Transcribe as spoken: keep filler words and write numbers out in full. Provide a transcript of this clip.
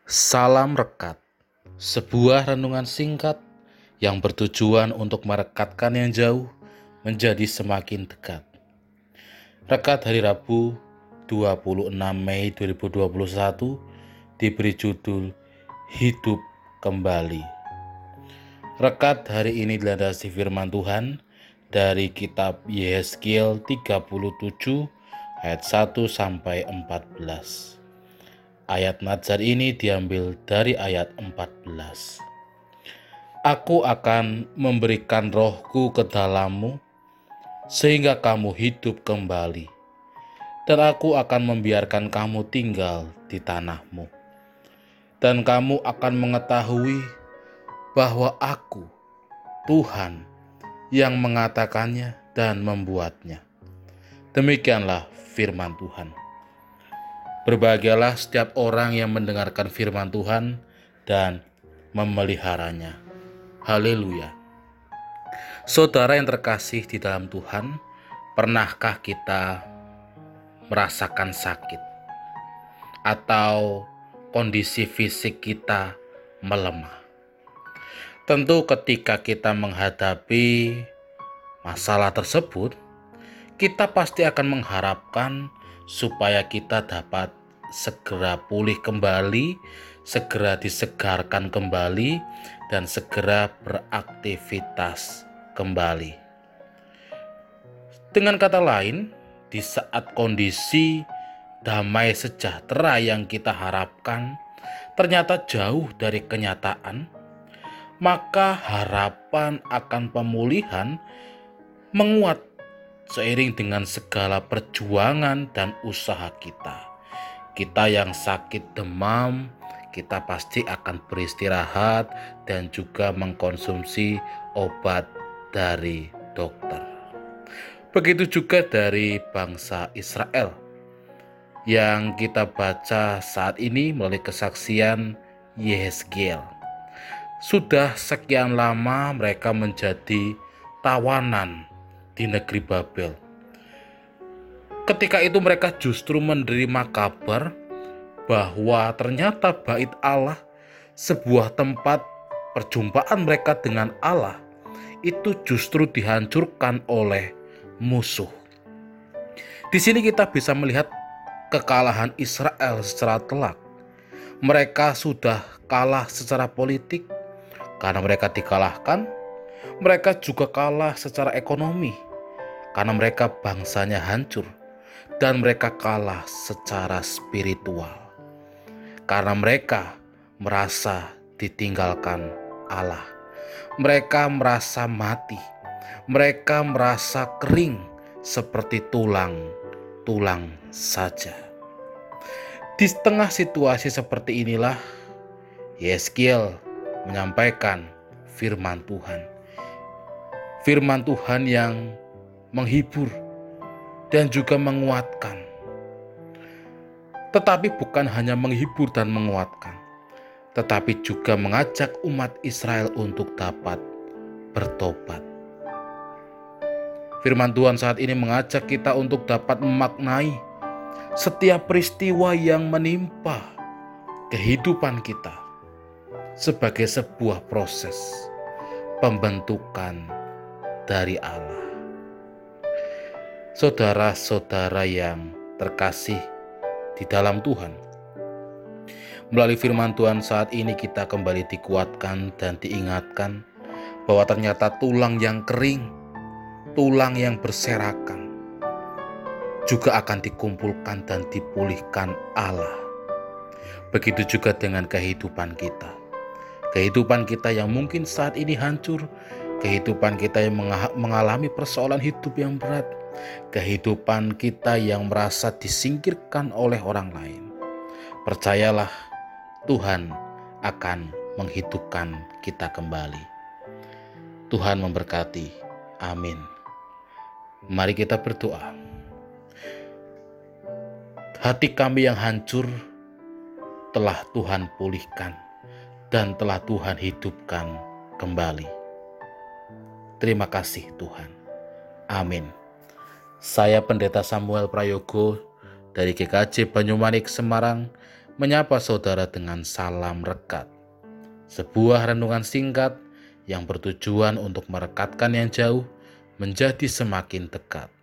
Salam Rekat, sebuah renungan singkat yang bertujuan untuk merekatkan yang jauh menjadi semakin dekat. Rekat hari Rabu dua puluh enam Mei dua ribu dua puluh satu diberi judul Hidup Kembali. Rekat hari ini dilandasi firman Tuhan dari kitab Yehezkiel tiga puluh tujuh ayat satu sampai empat belas. Ayat nazar ini diambil dari ayat empat belas. Aku akan memberikan rohku ke dalammu, sehingga kamu hidup kembali, dan aku akan membiarkan kamu tinggal di tanahmu. Dan kamu akan mengetahui bahwa aku, Tuhan, yang mengatakannya dan membuatnya. Demikianlah firman Tuhan. Berbahagialah setiap orang yang mendengarkan firman Tuhan dan memeliharanya. Haleluya. Saudara yang terkasih di dalam Tuhan, pernahkah kita merasakan sakit atau kondisi fisik kita melemah? Tentu ketika kita menghadapi masalah tersebut, kita pasti akan mengharapkan supaya kita dapat segera pulih kembali, segera disegarkan kembali, dan segera beraktivitas kembali. Dengan kata lain, di saat kondisi damai sejahtera yang kita harapkan ternyata jauh dari kenyataan, maka harapan akan pemulihan menguat seiring dengan segala perjuangan dan usaha kita. Kita yang sakit demam, kita pasti akan beristirahat dan juga mengkonsumsi obat dari dokter. Begitu juga dari bangsa Israel yang kita baca saat ini melalui kesaksian Yehezkiel. Sudah sekian lama mereka menjadi tawanan di negeri Babel. Ketika itu mereka justru menerima kabar bahwa ternyata bait Allah, sebuah tempat perjumpaan mereka dengan Allah, itu justru dihancurkan oleh musuh. Di sini kita bisa melihat kekalahan Israel secara telak. Mereka sudah kalah secara politik karena mereka dikalahkan. Mereka juga kalah secara ekonomi karena mereka bangsanya hancur, dan mereka kalah secara spiritual karena mereka merasa ditinggalkan Allah. Mereka merasa mati, mereka merasa kering seperti tulang-tulang saja. Di tengah situasi seperti inilah Yehezkiel menyampaikan firman Tuhan. Firman Tuhan yang menghibur dan juga menguatkan. Tetapi bukan hanya menghibur dan menguatkan, tetapi juga mengajak umat Israel untuk dapat bertobat. Firman Tuhan saat ini mengajak kita untuk dapat memaknai setiap peristiwa yang menimpa kehidupan kita sebagai sebuah proses pembentukan dari Allah. Saudara-saudara yang terkasih di dalam Tuhan, melalui firman Tuhan saat ini kita kembali dikuatkan dan diingatkan bahwa ternyata tulang yang kering, tulang yang berserakan juga akan dikumpulkan dan dipulihkan Allah. Begitu juga dengan kehidupan kita. Kehidupan kita yang mungkin saat ini hancur, kehidupan kita yang mengalami persoalan hidup yang berat, kehidupan kita yang merasa disingkirkan oleh orang lain. Percayalah, Tuhan akan menghidupkan kita kembali. Tuhan memberkati. Amin. Mari kita berdoa. Hati kami yang hancur telah Tuhan pulihkan dan telah Tuhan hidupkan kembali. Terima kasih Tuhan. Amin. Saya Pendeta Samuel Prayogo dari G K J Banyumanik, Semarang, menyapa saudara dengan salam rekat. Sebuah renungan singkat yang bertujuan untuk merekatkan yang jauh menjadi semakin dekat.